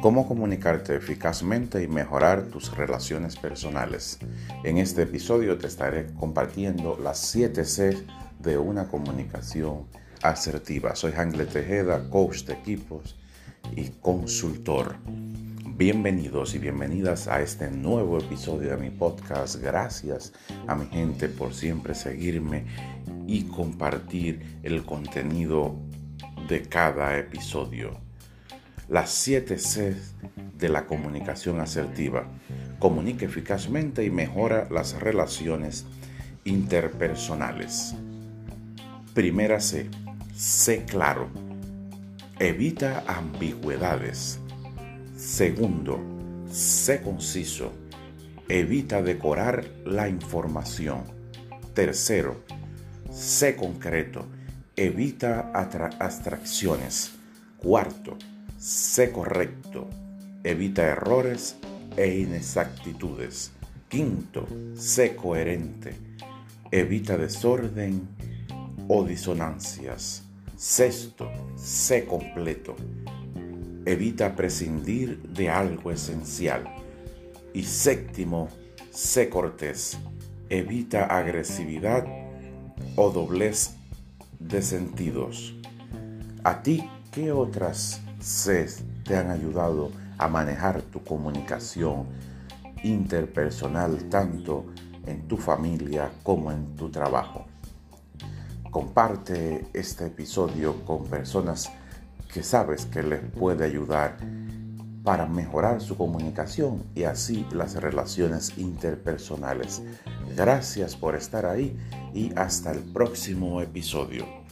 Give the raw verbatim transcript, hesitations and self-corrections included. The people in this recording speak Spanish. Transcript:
Cómo comunicarte eficazmente y mejorar tus relaciones personales. En este episodio te estaré compartiendo las siete C de una comunicación asertiva. Soy Hangle Tejeda, coach de equipos y consultor. Bienvenidos y bienvenidas a este nuevo episodio de mi podcast. Gracias a mi gente por siempre seguirme y compartir el contenido de cada episodio. Las siete C de la comunicación asertiva. Comunica eficazmente y mejora las relaciones interpersonales. Primera C. Sé claro. Evita ambigüedades. Segundo, sé conciso. Evita decorar la información. Tercero, sé concreto. Evita atra- abstracciones. Cuarto, sé correcto. Evita errores e inexactitudes. Quinto, sé coherente. Evita desorden o disonancias. Sexto, sé completo. Evita prescindir de algo esencial. Y séptimo, sé cortés. Evita agresividad o doblez de sentidos. ¿A ti qué otras C te han ayudado a manejar tu comunicación interpersonal tanto en tu familia como en tu trabajo? Comparte este episodio con personas que sabes que les puede ayudar para mejorar su comunicación y así las relaciones interpersonales. Gracias por estar ahí y hasta el próximo episodio.